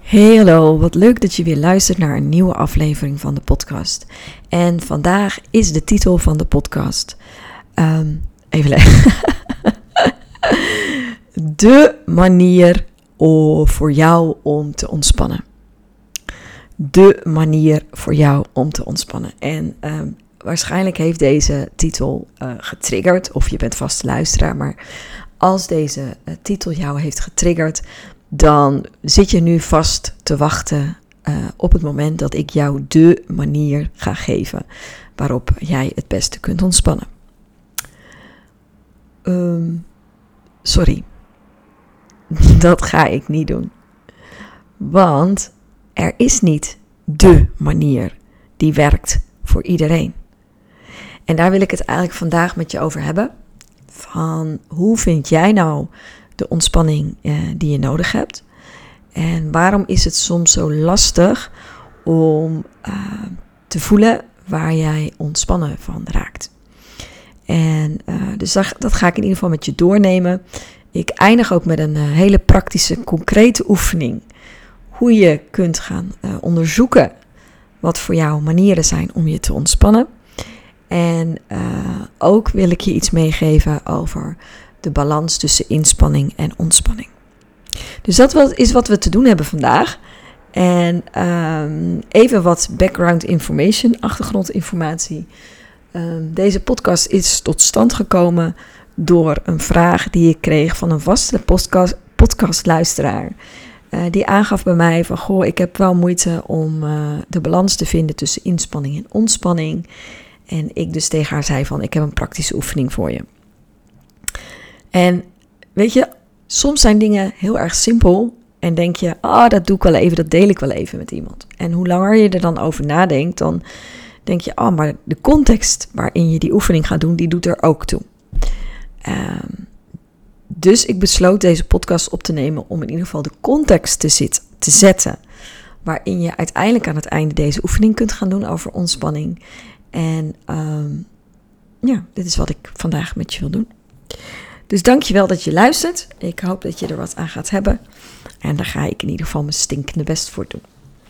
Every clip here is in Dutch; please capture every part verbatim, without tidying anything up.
Hey, hallo, wat leuk dat je weer luistert naar een nieuwe aflevering van de podcast. En vandaag is de titel van de podcast, um, even leggen, de manier voor jou om te ontspannen. De manier voor jou om te ontspannen. En um, waarschijnlijk heeft deze titel uh, getriggerd, of je bent vaste luisteraar, maar als deze uh, titel jou heeft getriggerd, dan zit je nu vast te wachten uh, op het moment dat ik jou de manier ga geven waarop jij het beste kunt ontspannen. Um, sorry, dat ga ik niet doen. Want er is niet de manier die werkt voor iedereen. En daar wil ik het eigenlijk vandaag met je over hebben. Van hoe vind jij nou de ontspanning uh, die je nodig hebt? En waarom is het soms zo lastig om uh, te voelen waar jij ontspannen van raakt? En uh, dus dat, dat ga ik in ieder geval met je doornemen. Ik eindig ook met een uh, hele praktische, concrete oefening. Hoe je kunt gaan uh, onderzoeken wat voor jou manieren zijn om je te ontspannen. En uh, ook wil ik je iets meegeven over de balans tussen inspanning en ontspanning. Dus dat is wat we te doen hebben vandaag. En um, even wat background information, achtergrondinformatie. Um, deze podcast is tot stand gekomen door een vraag die ik kreeg van een vaste podcast, podcastluisteraar. Uh, die aangaf bij mij van, goh, ik heb wel moeite om uh, de balans te vinden tussen inspanning en ontspanning. En ik dus tegen haar zei van, ik heb een praktische oefening voor je. En weet je, soms zijn dingen heel erg simpel en denk je, ah, oh, dat doe ik wel even, dat deel ik wel even met iemand. En hoe langer je er dan over nadenkt, dan denk je, ah, oh, maar de context waarin je die oefening gaat doen, die doet er ook toe. Um, dus ik besloot deze podcast op te nemen om in ieder geval de context te, zit, te zetten, waarin je uiteindelijk aan het einde deze oefening kunt gaan doen over ontspanning. En um, ja, dit is wat ik vandaag met je wil doen. Dus dankjewel dat je luistert. Ik hoop dat je er wat aan gaat hebben. En daar ga ik in ieder geval mijn stinkende best voor doen.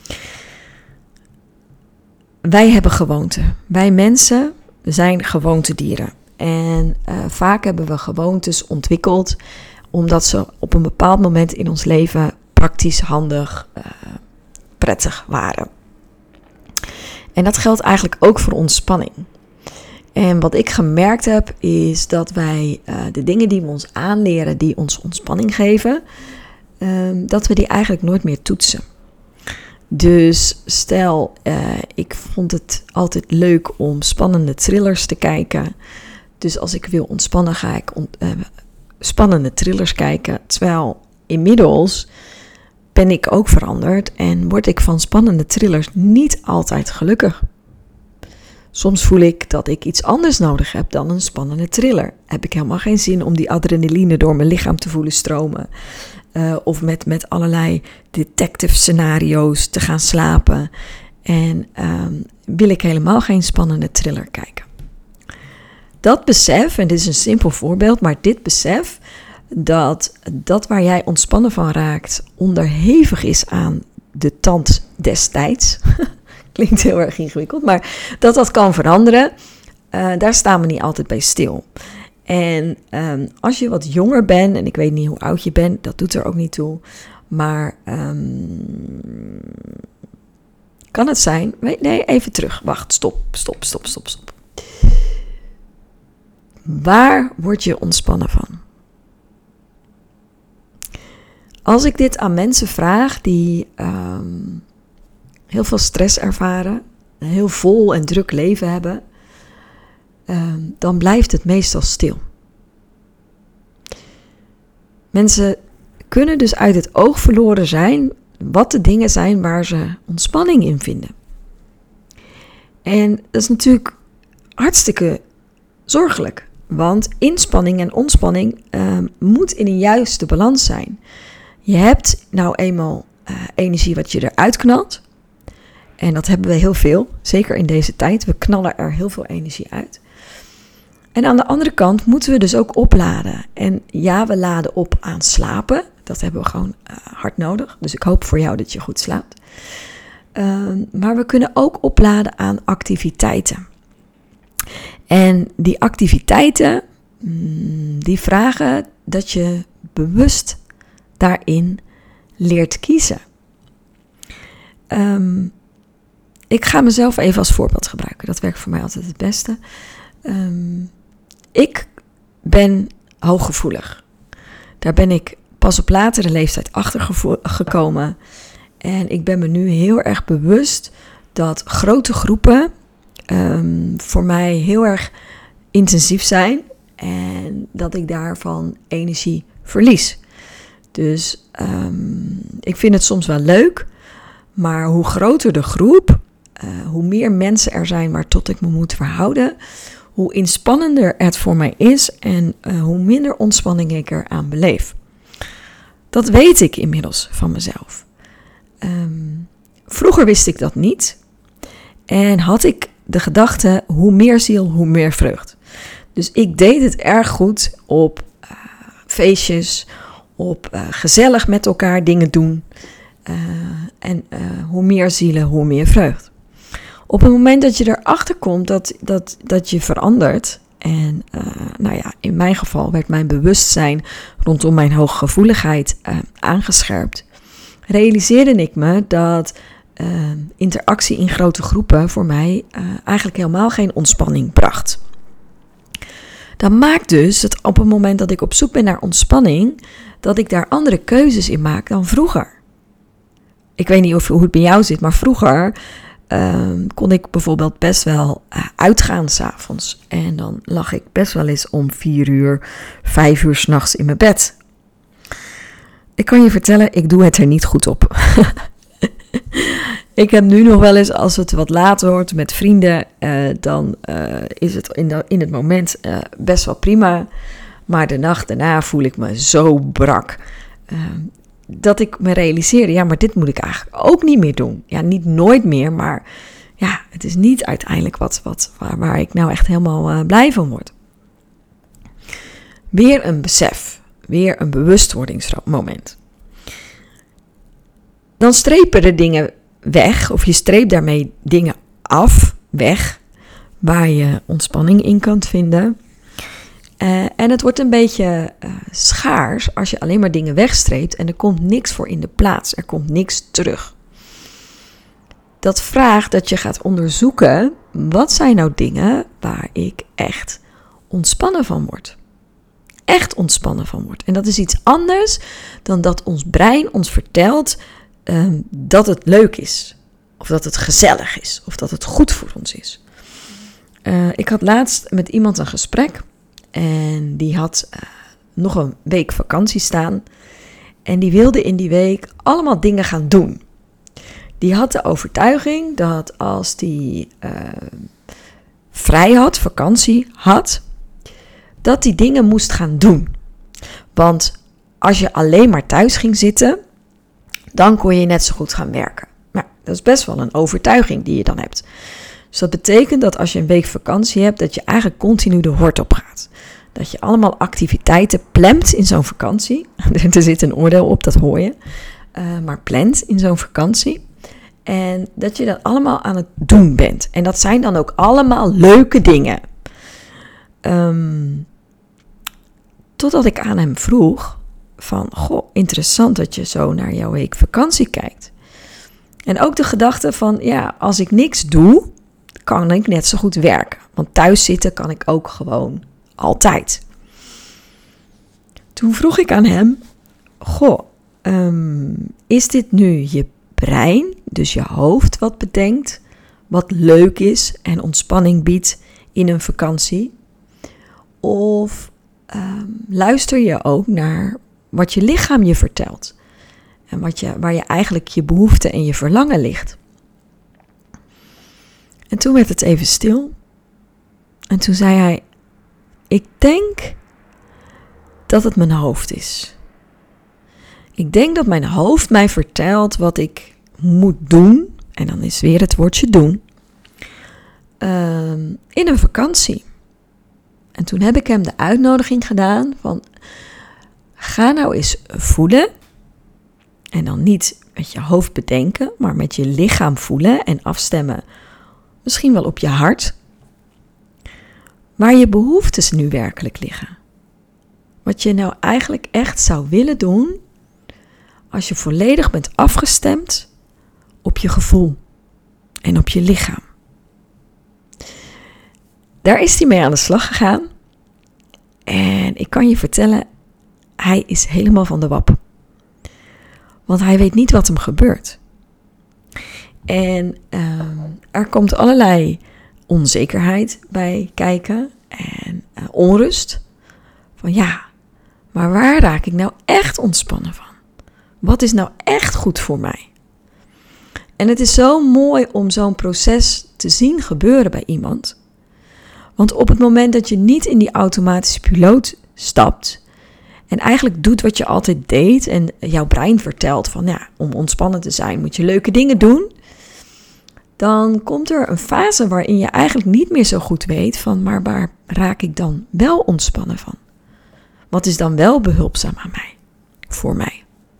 Wij hebben gewoonten. Wij mensen zijn gewoontedieren. En uh, vaak hebben we gewoontes ontwikkeld omdat ze op een bepaald moment in ons leven praktisch, handig, uh, prettig waren. En dat geldt eigenlijk ook voor ontspanning. En wat ik gemerkt heb is dat wij uh, de dingen die we ons aanleren, die ons ontspanning geven, uh, dat we die eigenlijk nooit meer toetsen. Dus stel, uh, ik vond het altijd leuk om spannende thrillers te kijken. Dus als ik wil ontspannen ga ik on- uh, spannende thrillers kijken. Terwijl inmiddels ben ik ook veranderd en word ik van spannende thrillers niet altijd gelukkig. Soms voel ik dat ik iets anders nodig heb dan een spannende thriller. Heb ik helemaal geen zin om die adrenaline door mijn lichaam te voelen stromen. Uh, of met, met allerlei detective scenario's te gaan slapen. En um, wil ik helemaal geen spannende thriller kijken. Dat besef, en dit is een simpel voorbeeld, maar dit besef, dat dat waar jij ontspannen van raakt onderhevig is aan de tand destijds. Klinkt heel erg ingewikkeld, maar dat dat kan veranderen, uh, daar staan we niet altijd bij stil. En um, als je wat jonger bent, en ik weet niet hoe oud je bent, dat doet er ook niet toe, maar um, kan het zijn, nee, even terug, wacht, stop, stop, stop, stop, stop. Waar word je ontspannen van? Als ik dit aan mensen vraag die um, heel veel stress ervaren, een heel vol en druk leven hebben, um, dan blijft het meestal stil. Mensen kunnen dus uit het oog verloren zijn wat de dingen zijn waar ze ontspanning in vinden. En dat is natuurlijk hartstikke zorgelijk, want inspanning en ontspanning um, moet in een juiste balans zijn. Je hebt nou eenmaal uh, energie wat je eruit knalt. En dat hebben we heel veel, zeker in deze tijd. We knallen er heel veel energie uit. En aan de andere kant moeten we dus ook opladen. En ja, we laden op aan slapen. Dat hebben we gewoon uh, hard nodig. Dus ik hoop voor jou dat je goed slaapt. Uh, maar we kunnen ook opladen aan activiteiten. En die activiteiten, mm, die vragen dat je bewust daarin leert kiezen. Um, ik ga mezelf even als voorbeeld gebruiken. Dat werkt voor mij altijd het beste. Um, ik ben hooggevoelig. Daar ben ik pas op latere leeftijd achter gevo- gekomen. En ik ben me nu heel erg bewust dat grote groepen um, voor mij heel erg intensief zijn. En dat ik daarvan energie verlies. Dus um, ik vind het soms wel leuk. Maar hoe groter de groep, uh, hoe meer mensen er zijn waartot ik me moet verhouden, hoe inspannender het voor mij is en uh, hoe minder ontspanning ik eraan beleef. Dat weet ik inmiddels van mezelf. Um, vroeger wist ik dat niet. En had ik de gedachte, hoe meer ziel, hoe meer vreugd. Dus ik deed het erg goed op uh, feestjes, op uh, gezellig met elkaar dingen doen. Uh, en uh, hoe meer zielen, hoe meer vreugd. Op het moment dat je erachter komt dat, dat, dat je verandert. En uh, nou ja, in mijn geval werd mijn bewustzijn rondom mijn hooggevoeligheid uh, aangescherpt. Realiseerde ik me dat uh, interactie in grote groepen voor mij uh, eigenlijk helemaal geen ontspanning bracht. Dat maakt dus dat op het moment dat ik op zoek ben naar ontspanning, dat ik daar andere keuzes in maak dan vroeger. Ik weet niet of, hoe het bij jou zit, maar vroeger uh, kon ik bijvoorbeeld best wel uh, uitgaan 's avonds. En dan lag ik best wel eens om vier uur, vijf uur 's nachts in mijn bed. Ik kan je vertellen, ik doe het er niet goed op. Ik heb nu nog wel eens, als het wat later wordt met vrienden, uh, dan uh, is het in, de, in het moment uh, best wel prima. Maar de nacht daarna voel ik me zo brak. Uh, dat ik me realiseer, ja, maar dit moet ik eigenlijk ook niet meer doen. Ja, niet nooit meer, maar ja, het is niet uiteindelijk wat, wat, waar, waar ik nou echt helemaal uh, blij van word. Weer een besef, weer een bewustwordingsmoment. Dan strepen de dingen weg, of je streept daarmee dingen af, weg, waar je ontspanning in kan vinden. Uh, en het wordt een beetje uh, schaars als je alleen maar dingen wegstreept en er komt niks voor in de plaats. Er komt niks terug. Dat vraagt dat je gaat onderzoeken, wat zijn nou dingen waar ik echt ontspannen van word. Echt ontspannen van word. En dat is iets anders dan dat ons brein ons vertelt uh, dat het leuk is. Of dat het gezellig is. Of dat het goed voor ons is. Uh, ik had laatst met iemand een gesprek. En die had uh, nog een week vakantie staan. En die wilde in die week allemaal dingen gaan doen. Die had de overtuiging dat als die uh, vrij had, vakantie had, dat die dingen moest gaan doen. Want als je alleen maar thuis ging zitten, dan kon je net zo goed gaan werken. Maar dat is best wel een overtuiging die je dan hebt. Dus dat betekent dat als je een week vakantie hebt, dat je eigenlijk continu de hort op gaat. Dat je allemaal activiteiten plant in zo'n vakantie. Er zit een oordeel op, dat hoor je. Uh, maar plant in zo'n vakantie. En dat je dat allemaal aan het doen bent. En dat zijn dan ook allemaal leuke dingen. Um, totdat ik aan hem vroeg van, goh, interessant dat je zo naar jouw week vakantie kijkt. En ook de gedachte van, ja, als ik niks doe, kan ik net zo goed werken. Want thuis zitten kan ik ook gewoon altijd. Toen vroeg ik aan hem, goh, um, is dit nu je brein, dus je hoofd wat bedenkt, wat leuk is en ontspanning biedt in een vakantie? Of um, luister je ook naar wat je lichaam je vertelt? En wat je, waar je eigenlijk je behoefte en je verlangen ligt? En toen werd het even stil. En toen zei hij, ik denk dat het mijn hoofd is. Ik denk dat mijn hoofd mij vertelt wat ik moet doen. En dan is weer het woordje doen. Uh, in een vakantie. En toen heb ik hem de uitnodiging gedaan van, ga nou eens voelen. En dan niet met je hoofd bedenken, maar met je lichaam voelen en afstemmen. Misschien wel op je hart. Waar je behoeftes nu werkelijk liggen. Wat je nou eigenlijk echt zou willen doen als je volledig bent afgestemd op je gevoel en op je lichaam. Daar is hij mee aan de slag gegaan. En ik kan je vertellen, hij is helemaal van de wap. Want hij weet niet wat hem gebeurt. En uh, er komt allerlei onzekerheid bij kijken en uh, onrust. Van ja, maar waar raak ik nou echt ontspannen van? Wat is nou echt goed voor mij? En het is zo mooi om zo'n proces te zien gebeuren bij iemand. Want op het moment dat je niet in die automatische piloot stapt en eigenlijk doet wat je altijd deed en jouw brein vertelt van ja, om ontspannen te zijn moet je leuke dingen doen, dan komt er een fase waarin je eigenlijk niet meer zo goed weet van maar waar raak ik dan wel ontspannen van? Wat is dan wel behulpzaam aan mij, voor mij?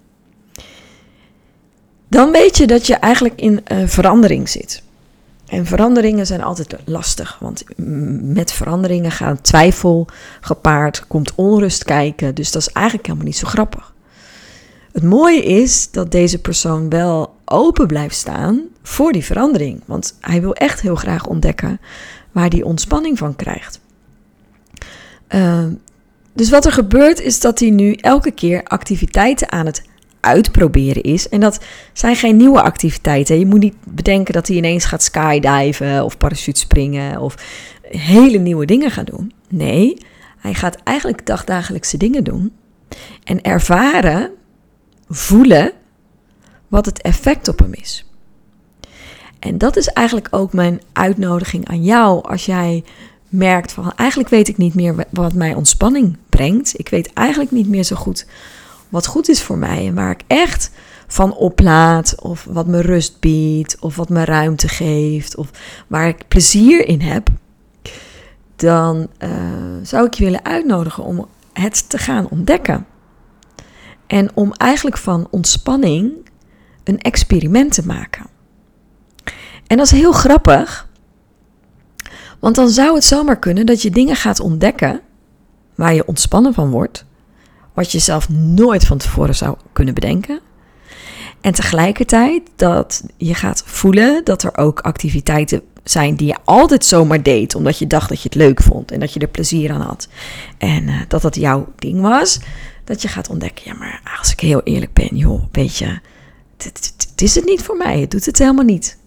Dan weet je dat je eigenlijk in uh, verandering zit. En veranderingen zijn altijd lastig, want met veranderingen gaat twijfel gepaard, komt onrust kijken, dus dat is eigenlijk helemaal niet zo grappig. Het mooie is dat deze persoon wel open blijft staan voor die verandering, want hij wil echt heel graag ontdekken waar hij ontspanning van krijgt. Uh, dus wat er gebeurt is dat hij nu elke keer activiteiten aan het uitproberen is. En dat zijn geen nieuwe activiteiten. Je moet niet bedenken dat hij ineens gaat skydiven of parachutespringen of hele nieuwe dingen gaat doen. Nee, hij gaat eigenlijk dagdagelijkse dingen doen en ervaren, voelen wat het effect op hem is. En dat is eigenlijk ook mijn uitnodiging aan jou als jij merkt van eigenlijk weet ik niet meer wat mij ontspanning brengt. Ik weet eigenlijk niet meer zo goed wat goed is voor mij en waar ik echt van oplaad of wat me rust biedt of wat me ruimte geeft of waar ik plezier in heb, dan uh, zou ik je willen uitnodigen om het te gaan ontdekken. En om eigenlijk van ontspanning een experiment te maken. En dat is heel grappig, want dan zou het zomaar kunnen dat je dingen gaat ontdekken waar je ontspannen van wordt, wat je zelf nooit van tevoren zou kunnen bedenken. En tegelijkertijd dat je gaat voelen dat er ook activiteiten zijn die je altijd zomaar deed, omdat je dacht dat je het leuk vond en dat je er plezier aan had. En uh, dat dat jouw ding was, dat je gaat ontdekken, ja maar als ik heel eerlijk ben, joh, weet je, het is het niet voor mij, het doet het helemaal niet.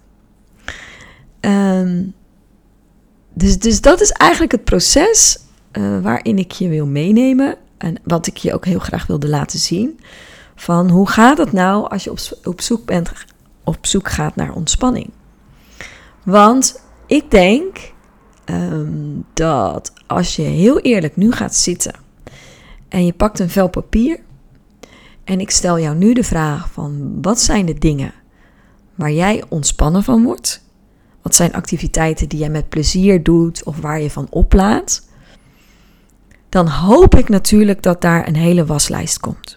Um, dus, dus dat is eigenlijk het proces uh, waarin ik je wil meenemen. En wat ik je ook heel graag wilde laten zien. Van hoe gaat het nou als je op, op, zoek bent, op zoek gaat naar ontspanning? Want ik denk um, dat als je heel eerlijk nu gaat zitten. En je pakt een vel papier. En ik stel jou nu de vraag van wat zijn de dingen waar jij ontspannen van wordt? Wat zijn activiteiten die jij met plezier doet of waar je van oplaadt? Dan hoop ik natuurlijk dat daar een hele waslijst komt.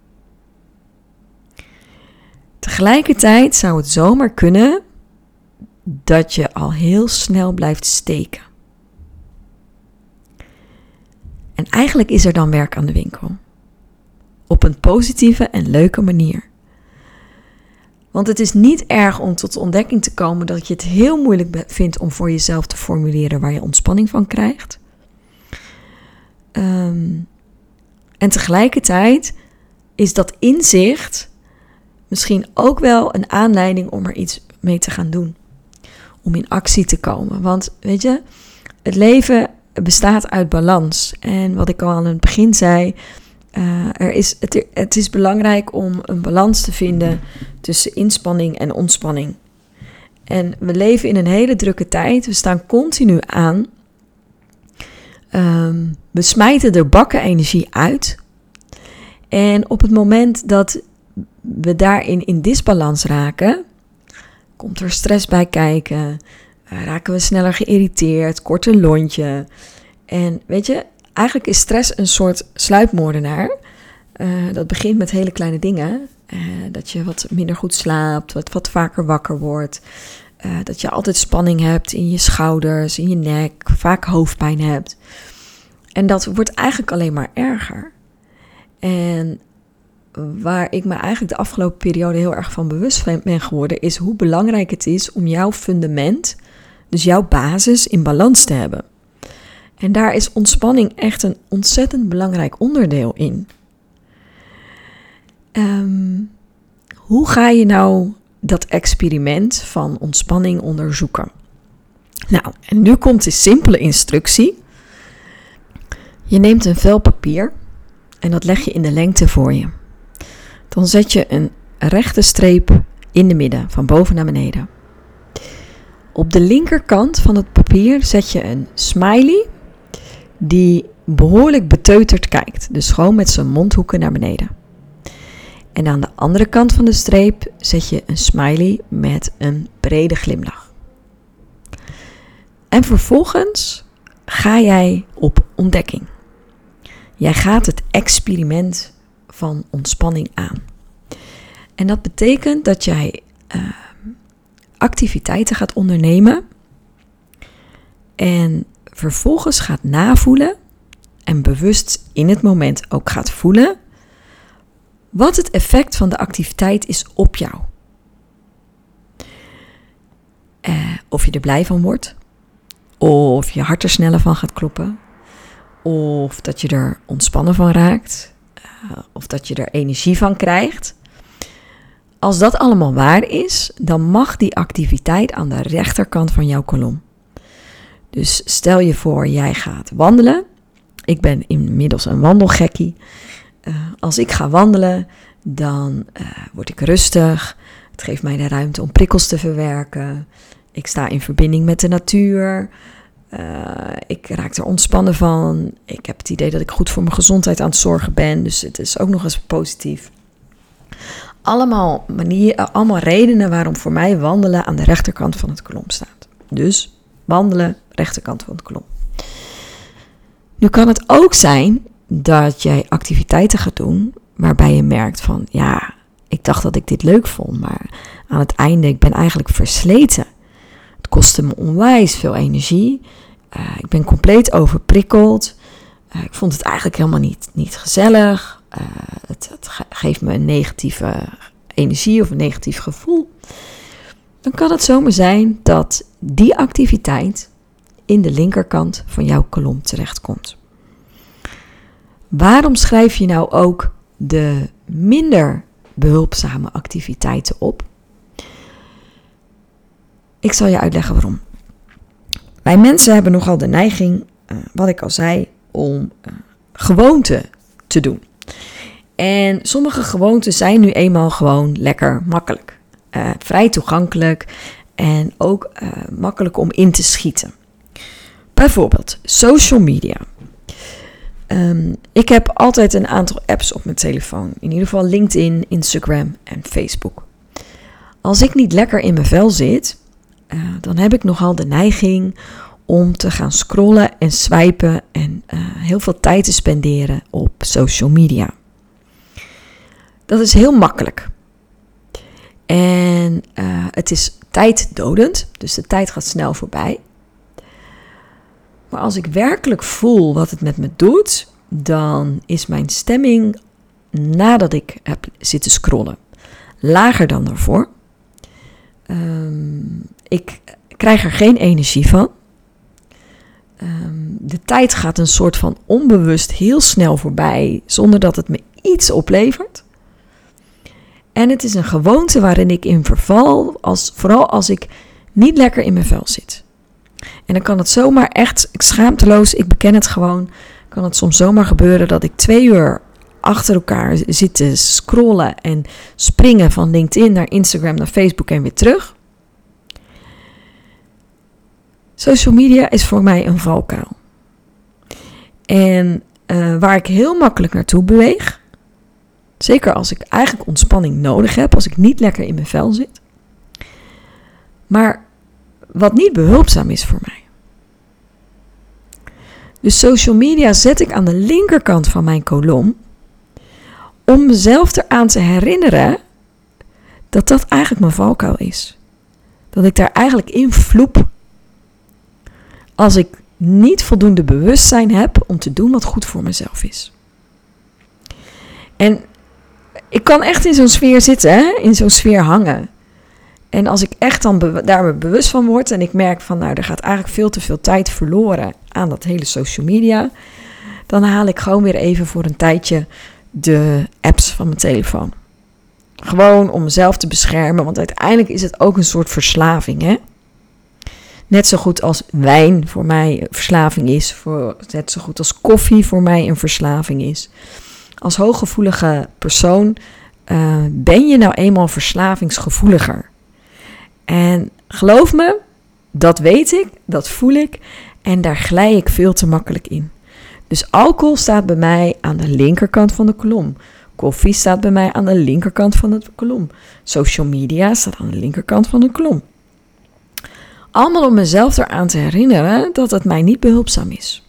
Tegelijkertijd zou het zomaar kunnen dat je al heel snel blijft steken. En eigenlijk is er dan werk aan de winkel. Op een positieve en leuke manier. Want het is niet erg om tot de ontdekking te komen dat je het heel moeilijk vindt om voor jezelf te formuleren waar je ontspanning van krijgt. Um, en tegelijkertijd is dat inzicht misschien ook wel een aanleiding om er iets mee te gaan doen. Om in actie te komen. Want weet je, het leven bestaat uit balans. En wat ik al aan het begin zei, uh, er is, het, het is belangrijk om een balans te vinden tussen inspanning en ontspanning. En we leven in een hele drukke tijd. We staan continu aan. Um, we smijten er bakken energie uit. En op het moment dat we daarin in disbalans raken, komt er stress bij kijken, raken we sneller geïrriteerd, korter lontje. En weet je, eigenlijk is stress een soort sluipmoordenaar Uh, dat begint met hele kleine dingen. Uh, dat je wat minder goed slaapt, wat, wat vaker wakker wordt. Uh, dat je altijd spanning hebt in je schouders, in je nek, vaak hoofdpijn hebt. En dat wordt eigenlijk alleen maar erger. En waar ik me eigenlijk de afgelopen periode heel erg van bewust ben geworden, is hoe belangrijk het is om jouw fundament, dus jouw basis, in balans te hebben. En daar is ontspanning echt een ontzettend belangrijk onderdeel in. Um, hoe ga je nou dat experiment van ontspanning onderzoeken? Nou, en nu komt de simpele instructie. Je neemt een vel papier en dat leg je in de lengte voor je. Dan zet je een rechte streep in de midden, van boven naar beneden. Op de linkerkant van het papier zet je een smiley die behoorlijk beteuterd kijkt. Dus gewoon met zijn mondhoeken naar beneden. En aan de andere kant van de streep zet je een smiley met een brede glimlach. En vervolgens ga jij op ontdekking. Jij gaat het experiment van ontspanning aan. En dat betekent dat jij uh, activiteiten gaat ondernemen en vervolgens gaat navoelen en bewust in het moment ook gaat voelen wat het effect van de activiteit is op jou. Uh, of je er blij van wordt, of je hart er sneller van gaat kloppen, of dat je er ontspannen van raakt, uh, of dat je er energie van krijgt. Als dat allemaal waar is, dan mag die activiteit aan de rechterkant van jouw kolom. Dus stel je voor, jij gaat wandelen. Ik ben inmiddels een wandelgekkie. Uh, als ik ga wandelen, dan uh, word ik rustig. Het geeft mij de ruimte om prikkels te verwerken. Ik sta in verbinding met de natuur. Uh, ik raak er ontspannen van. Ik heb het idee dat ik goed voor mijn gezondheid aan het zorgen ben. Dus het is ook nog eens positief. Allemaal, manieren, allemaal redenen waarom voor mij wandelen aan de rechterkant van het kolom staat. Dus wandelen, rechterkant van het kolom. Nu kan het ook zijn dat jij activiteiten gaat doen waarbij je merkt van, ja, ik dacht dat ik dit leuk vond, maar aan het einde, ik ben eigenlijk versleten. Het kostte me onwijs veel energie. Uh, ik ben compleet overprikkeld. Uh, ik vond het eigenlijk helemaal niet, niet gezellig. Uh, het, het ge- geeft me een negatieve energie of een negatief gevoel. Dan kan het zomaar zijn dat die activiteit in de linkerkant van jouw kolom terechtkomt. Waarom schrijf je nou ook de minder behulpzame activiteiten op? Ik zal je uitleggen waarom. Wij mensen hebben nogal de neiging, uh, wat ik al zei, om uh, gewoonten te doen. En sommige gewoonten zijn nu eenmaal gewoon lekker makkelijk. Uh, vrij toegankelijk en ook uh, makkelijk om in te schieten. Bijvoorbeeld social media. Um, ik heb altijd een aantal apps op mijn telefoon. In ieder geval LinkedIn, Instagram en Facebook. Als ik niet lekker in mijn vel zit, uh, dan heb ik nogal de neiging om te gaan scrollen en swipen en uh, heel veel tijd te spenderen op social media. Dat is heel makkelijk. En uh, het is tijddodend, dus de tijd gaat snel voorbij. Maar als ik werkelijk voel wat het met me doet, dan is mijn stemming nadat ik heb zitten scrollen lager dan daarvoor. Um, ik krijg er geen energie van. Um, de tijd gaat een soort van onbewust heel snel voorbij, zonder dat het me iets oplevert. En het is een gewoonte waarin ik in verval, als, vooral als ik niet lekker in mijn vel zit. En dan kan het zomaar echt, ik schaamteloos, ik beken het gewoon, kan het soms zomaar gebeuren dat ik twee uur achter elkaar zit te scrollen en springen van LinkedIn naar Instagram, naar Facebook en weer terug. Social media is voor mij een valkuil. En uh, waar ik heel makkelijk naartoe beweeg, zeker als ik eigenlijk ontspanning nodig heb, als ik niet lekker in mijn vel zit, maar wat niet behulpzaam is voor mij. Dus social media zet ik aan de linkerkant van mijn kolom, om mezelf eraan te herinneren dat dat eigenlijk mijn valkuil is. Dat ik daar eigenlijk in vloep als ik niet voldoende bewustzijn heb om te doen wat goed voor mezelf is. En ik kan echt in zo'n sfeer zitten, hè? In zo'n sfeer hangen. En als ik echt dan be- daar bewust van word en ik merk van, nou, er gaat eigenlijk veel te veel tijd verloren aan dat hele social media, dan haal ik gewoon weer even voor een tijdje de apps van mijn telefoon. Gewoon om mezelf te beschermen, want uiteindelijk is het ook een soort verslaving, hè? Net zo goed als wijn voor mij een verslaving is, voor, net zo goed als koffie voor mij een verslaving is. Als hooggevoelige persoon uh, ben je nou eenmaal verslavingsgevoeliger. En geloof me, dat weet ik, dat voel ik en daar glij ik veel te makkelijk in. Dus alcohol staat bij mij aan de linkerkant van de kolom. Koffie staat bij mij aan de linkerkant van de kolom. Social media staat aan de linkerkant van de kolom. Allemaal om mezelf eraan te herinneren dat het mij niet behulpzaam is.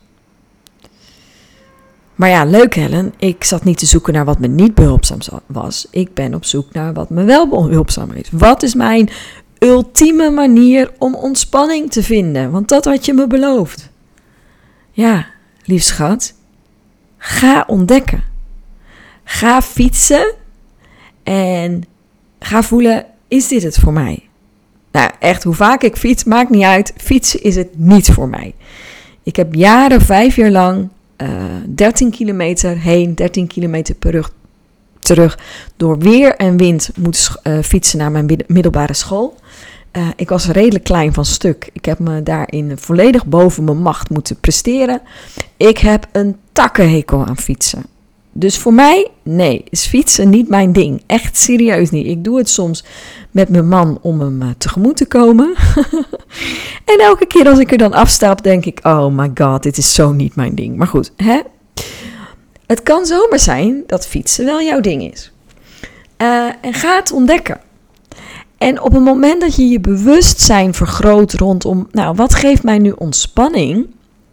Maar ja, leuk Helen, ik zat niet te zoeken naar wat me niet behulpzaam was. Ik ben op zoek naar wat me wel behulpzaam is. Wat is mijn ultieme manier om ontspanning te vinden? Want dat had je me beloofd. Ja, lief schat, ga ontdekken. Ga fietsen en ga voelen, is dit het voor mij? Nou, echt, hoe vaak ik fiets, maakt niet uit. Fietsen is het niet voor mij. Ik heb jaren, vijf jaar lang, uh, dertien kilometer heen, dertien kilometer per rug, terug, door weer en wind moeten uh, fietsen naar mijn middelbare school. Uh, ik was redelijk klein van stuk. Ik heb me daarin volledig boven mijn macht moeten presteren. Ik heb een takkenhekel aan fietsen. Dus voor mij, nee, is fietsen niet mijn ding. Echt serieus niet. Ik doe het soms met mijn man om hem uh, tegemoet te komen. En elke keer als ik er dan afstap, denk ik, oh my god, dit is zo niet mijn ding. Maar goed, hè? Het kan zomaar zijn dat fietsen wel jouw ding is. Uh, en ga het ontdekken. En op het moment dat je je bewustzijn vergroot rondom, nou, wat geeft mij nu ontspanning?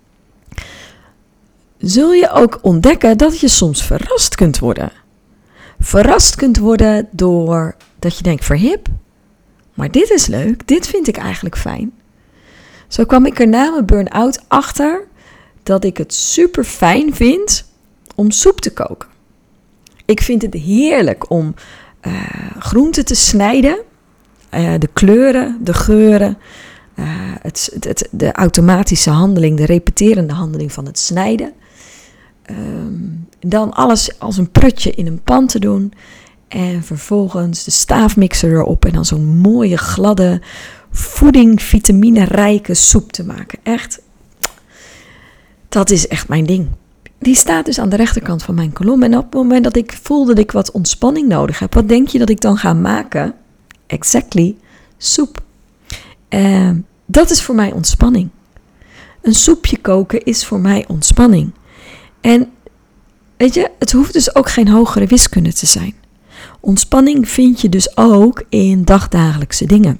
Zul je ook ontdekken dat je soms verrast kunt worden. Verrast kunt worden door dat je denkt, verhip, maar dit is leuk, dit vind ik eigenlijk fijn. Zo kwam ik er na mijn burn-out achter dat ik het super fijn vind om soep te koken. Ik vind het heerlijk om uh, groenten te snijden, uh, de kleuren, de geuren, uh, het, het, het, de automatische handeling, de repeterende handeling van het snijden. Um, dan alles als een prutje in een pan te doen. En vervolgens de staafmixer erop. En dan zo'n mooie, gladde, voeding, vitamine-rijke soep te maken. Echt, dat is echt mijn ding. Die staat dus aan de rechterkant van mijn kolom. En op het moment dat ik voel dat ik wat ontspanning nodig heb, wat denk je dat ik dan ga maken? Exactly, soep. Uh, dat is voor mij ontspanning. Een soepje koken is voor mij ontspanning. En weet je, het hoeft dus ook geen hogere wiskunde te zijn. Ontspanning vind je dus ook in dagdagelijkse dingen.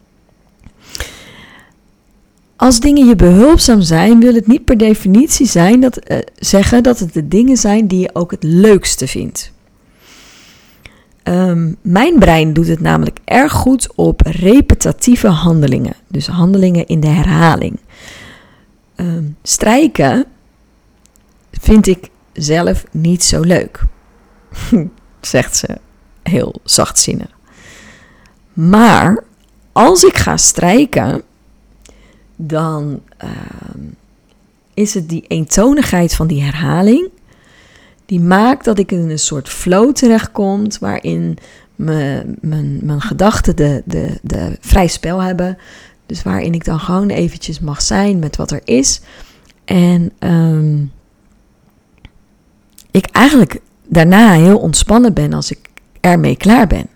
Als dingen je behulpzaam zijn, wil het niet per definitie zijn dat, uh, zeggen dat het de dingen zijn die je ook het leukste vindt. Um, mijn brein doet het namelijk erg goed op repetitieve handelingen. Dus handelingen in de herhaling. Um, strijken vind ik zelf niet zo leuk, zegt ze heel zachtzinnig. Maar als ik ga strijken, dan uh, is het die eentonigheid van die herhaling, die maakt dat ik in een soort flow terechtkom, waarin mijn, mijn, mijn gedachten de, de, de vrij spel hebben. Dus waarin ik dan gewoon eventjes mag zijn met wat er is. En um, ik eigenlijk daarna heel ontspannen ben als ik ermee klaar ben.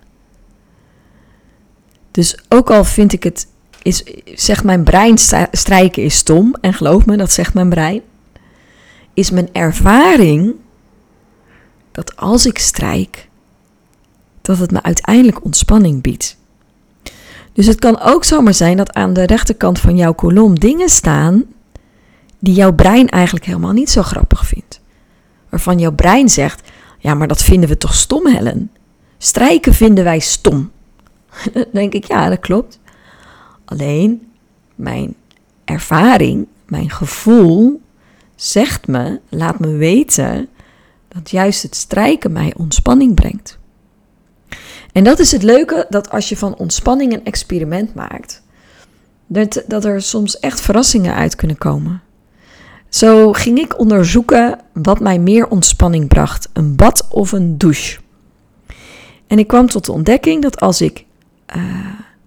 Dus ook al vind ik het, is, zegt mijn brein strijken is stom, en geloof me, dat zegt mijn brein, is mijn ervaring dat als ik strijk, dat het me uiteindelijk ontspanning biedt. Dus het kan ook zomaar zijn dat aan de rechterkant van jouw kolom dingen staan die jouw brein eigenlijk helemaal niet zo grappig vindt. Waarvan jouw brein zegt, Ja, maar dat vinden we toch stom, Helen? Strijken vinden wij stom. Dan denk ik, ja, dat klopt. Alleen, mijn ervaring, mijn gevoel zegt me, laat me weten dat juist het strijken mij ontspanning brengt. En dat is het leuke, dat als je van ontspanning een experiment maakt, dat, dat er soms echt verrassingen uit kunnen komen. Zo ging ik onderzoeken wat mij meer ontspanning bracht, een bad of een douche. En ik kwam tot de ontdekking dat als ik uh,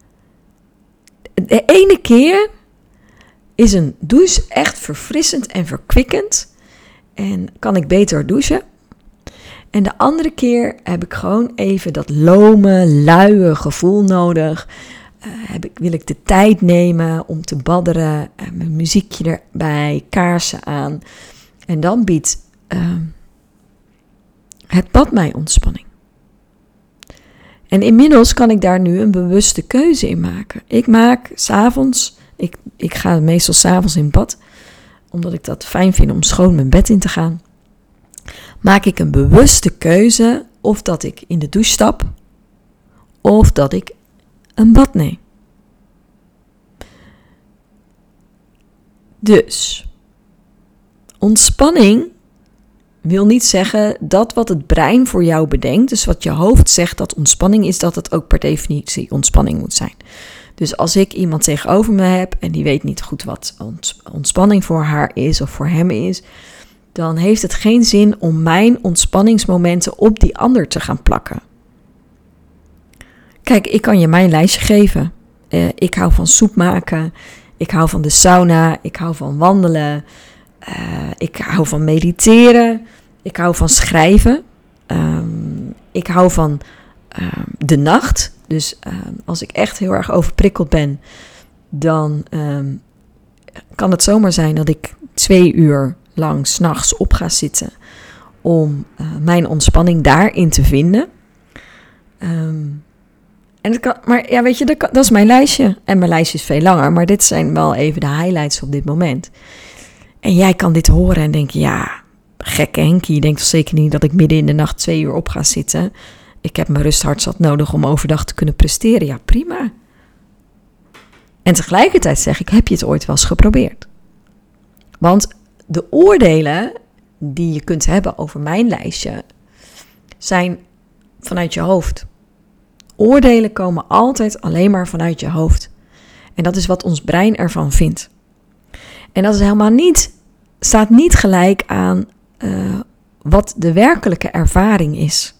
de ene keer is een douche echt verfrissend en verkwikkend en kan ik beter douchen. En de andere keer heb ik gewoon even dat lome, luie gevoel nodig. Uh, heb ik, wil ik de tijd nemen om te badderen, uh, mijn muziekje erbij, kaarsen aan. En dan biedt uh, het bad mij ontspanning. En inmiddels kan ik daar nu een bewuste keuze in maken. Ik maak 's avonds, ik, ik ga meestal 's avonds in bad, omdat ik dat fijn vind om schoon mijn bed in te gaan. Maak ik een bewuste keuze of dat ik in de douche stap of dat ik een bad neem. Dus, ontspanning wil niet zeggen dat wat het brein voor jou bedenkt, dus wat je hoofd zegt dat ontspanning is, dat het ook per definitie ontspanning moet zijn. Dus als ik iemand tegenover me heb en die weet niet goed wat ontspanning voor haar is of voor hem is, dan heeft het geen zin om mijn ontspanningsmomenten op die ander te gaan plakken. Kijk, ik kan je mijn lijstje geven. Uh, ik hou van soep maken, ik hou van de sauna, ik hou van wandelen, uh, ik hou van mediteren, ik hou van schrijven, um, ik hou van uh, de nacht. Dus uh, als ik echt heel erg overprikkeld ben, dan um, kan het zomaar zijn dat ik twee uur lang 's nachts op ga zitten om uh, mijn ontspanning daarin te vinden. Um, en het kan, maar ja, weet je, dat, kan, dat is mijn lijstje. En mijn lijstje is veel langer, maar dit zijn wel even de highlights op dit moment. En jij kan dit horen en denken, ja, gekke Henkie, je denkt toch zeker niet dat ik midden in de nacht twee uur op ga zitten. Ik heb mijn rust hard zat nodig om overdag te kunnen presteren. Ja, prima. En tegelijkertijd zeg ik, heb je het ooit wel eens geprobeerd? Want de oordelen die je kunt hebben over mijn lijstje zijn vanuit je hoofd. Oordelen komen altijd alleen maar vanuit je hoofd. En dat is wat ons brein ervan vindt. En dat is helemaal niet, staat niet gelijk aan uh, wat de werkelijke ervaring is.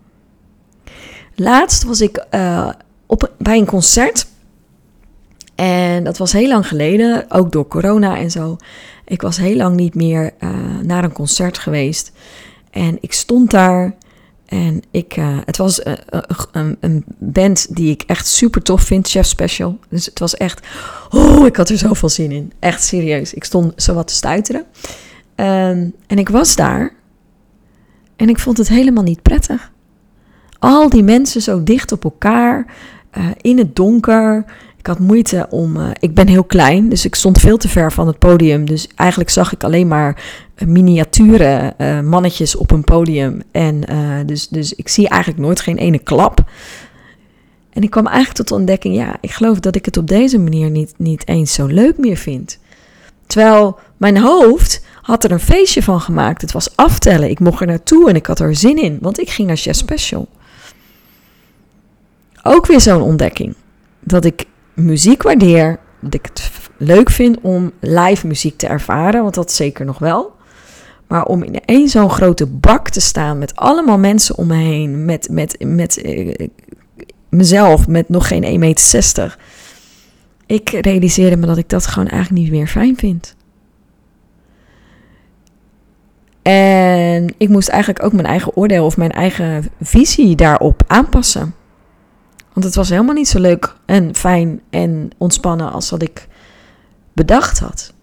Laatst was ik uh, op, bij een concert. En dat was heel lang geleden, ook door corona en zo. Ik was heel lang niet meer uh, naar een concert geweest. En ik stond daar en ik, uh, het was uh, een, een band die ik echt super tof vind, Chef Special. Dus het was echt, oh, ik had er zoveel zin in. Echt serieus, ik stond zo wat te stuiteren. Um, en ik was daar en ik vond het helemaal niet prettig. Al die mensen zo dicht op elkaar, uh, in het donker. Ik had moeite om, uh, ik ben heel klein, dus ik stond veel te ver van het podium. Dus eigenlijk zag ik alleen maar uh, miniature uh, mannetjes op een podium. En uh, dus, dus ik zie eigenlijk nooit geen ene klap. En ik kwam eigenlijk tot de ontdekking, ja, ik geloof dat ik het op deze manier niet, niet eens zo leuk meer vind. Terwijl mijn hoofd had er een feestje van gemaakt. Het was aftellen, ik mocht er naartoe en ik had er zin in, want ik ging naar Chef Special. Ook weer zo'n ontdekking. Dat ik muziek waardeer, dat ik het leuk vind om live muziek te ervaren, want dat zeker nog wel. Maar om in één zo'n grote bak te staan met allemaal mensen om me heen, met, met, met uh, mezelf, met nog geen één komma zestig meter. Ik realiseerde me dat ik dat gewoon eigenlijk niet meer fijn vind. En ik moest eigenlijk ook mijn eigen oordeel of mijn eigen visie daarop aanpassen. Want het was helemaal niet zo leuk en fijn en ontspannen als wat ik bedacht had.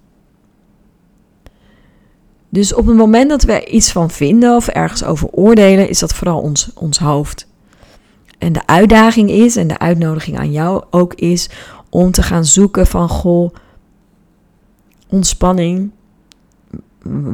Dus op het moment dat we iets van vinden of ergens over oordelen, is dat vooral ons, ons hoofd. En de uitdaging is, en de uitnodiging aan jou ook is, om te gaan zoeken van, goh, ontspanning,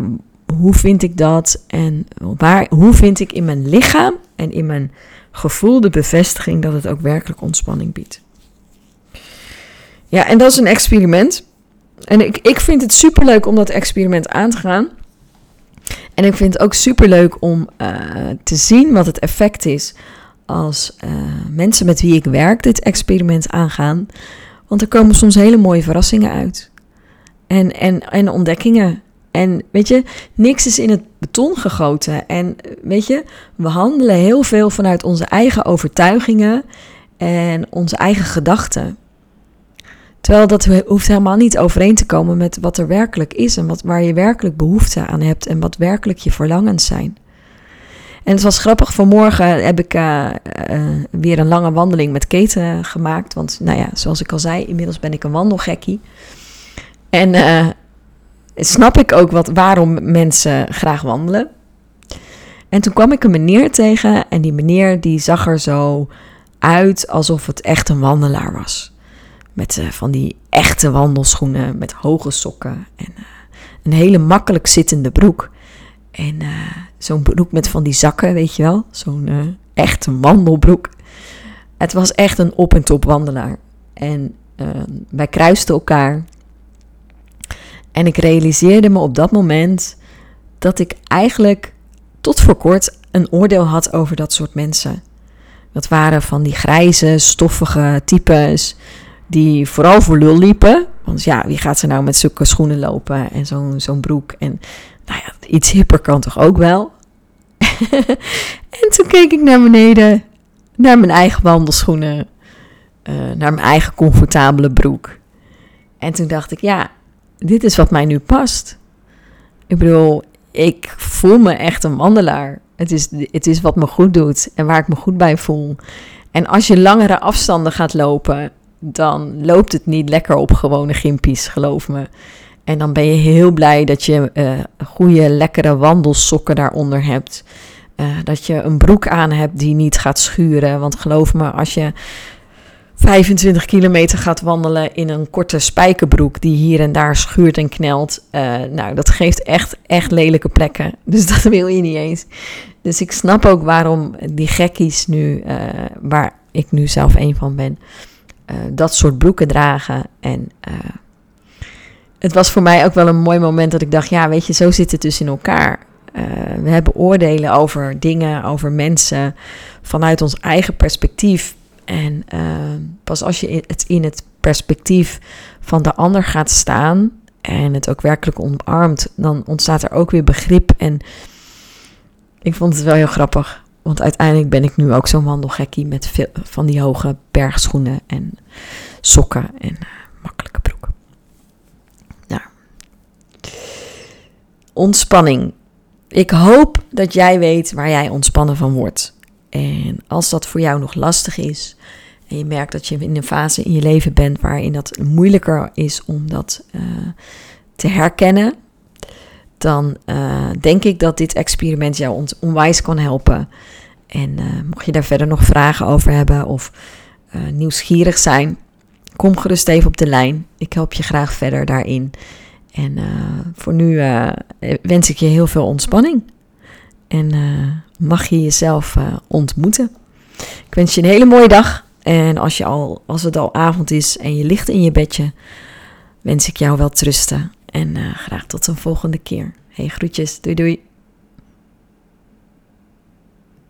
hoe vind ik dat en waar, hoe vind ik in mijn lichaam en in mijn gevoel de bevestiging dat het ook werkelijk ontspanning biedt. Ja, en dat is een experiment. En ik, ik vind het superleuk om dat experiment aan te gaan. En ik vind het ook superleuk om uh, te zien wat het effect is als uh, mensen met wie ik werk dit experiment aangaan. Want er komen soms hele mooie verrassingen uit. En, en, en ontdekkingen. En weet je, niks is in het beton gegoten. En weet je, we handelen heel veel vanuit onze eigen overtuigingen en onze eigen gedachten. Terwijl dat hoeft helemaal niet overeen te komen met wat er werkelijk is en wat, waar je werkelijk behoefte aan hebt en wat werkelijk je verlangens zijn. En het was grappig, vanmorgen heb ik uh, uh, weer een lange wandeling met Kate gemaakt. Want nou ja, zoals ik al zei, inmiddels ben ik een wandelgekkie. En uh, snap ik ook wat, waarom mensen graag wandelen. En toen kwam ik een meneer tegen en die meneer die zag er zo uit alsof het echt een wandelaar was. Met uh, van die echte wandelschoenen met hoge sokken en uh, een hele makkelijk zittende broek. En uh, zo'n broek met van die zakken, weet je wel. Zo'n uh, echte wandelbroek. Het was echt een op- en top wandelaar. En uh, wij kruisten elkaar. En ik realiseerde me op dat moment dat ik eigenlijk tot voor kort een oordeel had over dat soort mensen. Dat waren van die grijze, stoffige types die vooral voor lul liepen. Want ja, wie gaat ze nou met zulke schoenen lopen en zo'n, zo'n broek? En nou ja, iets hipper kan toch ook wel? En toen keek ik naar beneden, naar mijn eigen wandelschoenen, uh, naar mijn eigen comfortabele broek. En toen dacht ik, ja, dit is wat mij nu past. Ik bedoel, ik voel me echt een wandelaar. Het is, het is wat me goed doet en waar ik me goed bij voel. En als je langere afstanden gaat lopen, dan loopt het niet lekker op gewone gimpies, geloof me. En dan ben je heel blij dat je uh, goede, lekkere wandelsokken daaronder hebt. Uh, dat je een broek aan hebt die niet gaat schuren. Want geloof me, als je vijfentwintig kilometer gaat wandelen in een korte spijkerbroek die hier en daar schuurt en knelt. Uh, nou, dat geeft echt, echt lelijke plekken. Dus dat wil je niet eens. Dus ik snap ook waarom die gekkies nu, uh, waar ik nu zelf een van ben, uh, dat soort broeken dragen. En uh, het was voor mij ook wel een mooi moment dat ik dacht, ja, weet je, zo zit het dus in elkaar. Uh, we hebben oordelen over dingen, over mensen vanuit ons eigen perspectief. En uh, pas als je het in het perspectief van de ander gaat staan en het ook werkelijk omarmt, dan ontstaat er ook weer begrip. En ik vond het wel heel grappig, want uiteindelijk ben ik nu ook zo'n wandelgekkie met veel van die hoge bergschoenen en sokken en uh, makkelijke broeken. Nou, ontspanning. Ik hoop dat jij weet waar jij ontspannen van wordt. En als dat voor jou nog lastig is en je merkt dat je in een fase in je leven bent waarin dat moeilijker is om dat uh, te herkennen, dan uh, denk ik dat dit experiment jou on- onwijs kan helpen. En uh, mocht je daar verder nog vragen over hebben of uh, nieuwsgierig zijn, kom gerust even op de lijn. Ik help je graag verder daarin. En uh, voor nu uh, wens ik je heel veel ontspanning. En uh, mag je jezelf uh, ontmoeten. Ik wens je een hele mooie dag. En als, je al, als het al avond is en je ligt in je bedje, wens ik jou wel trusten. En uh, graag tot een volgende keer. Hey, groetjes. Doei doei.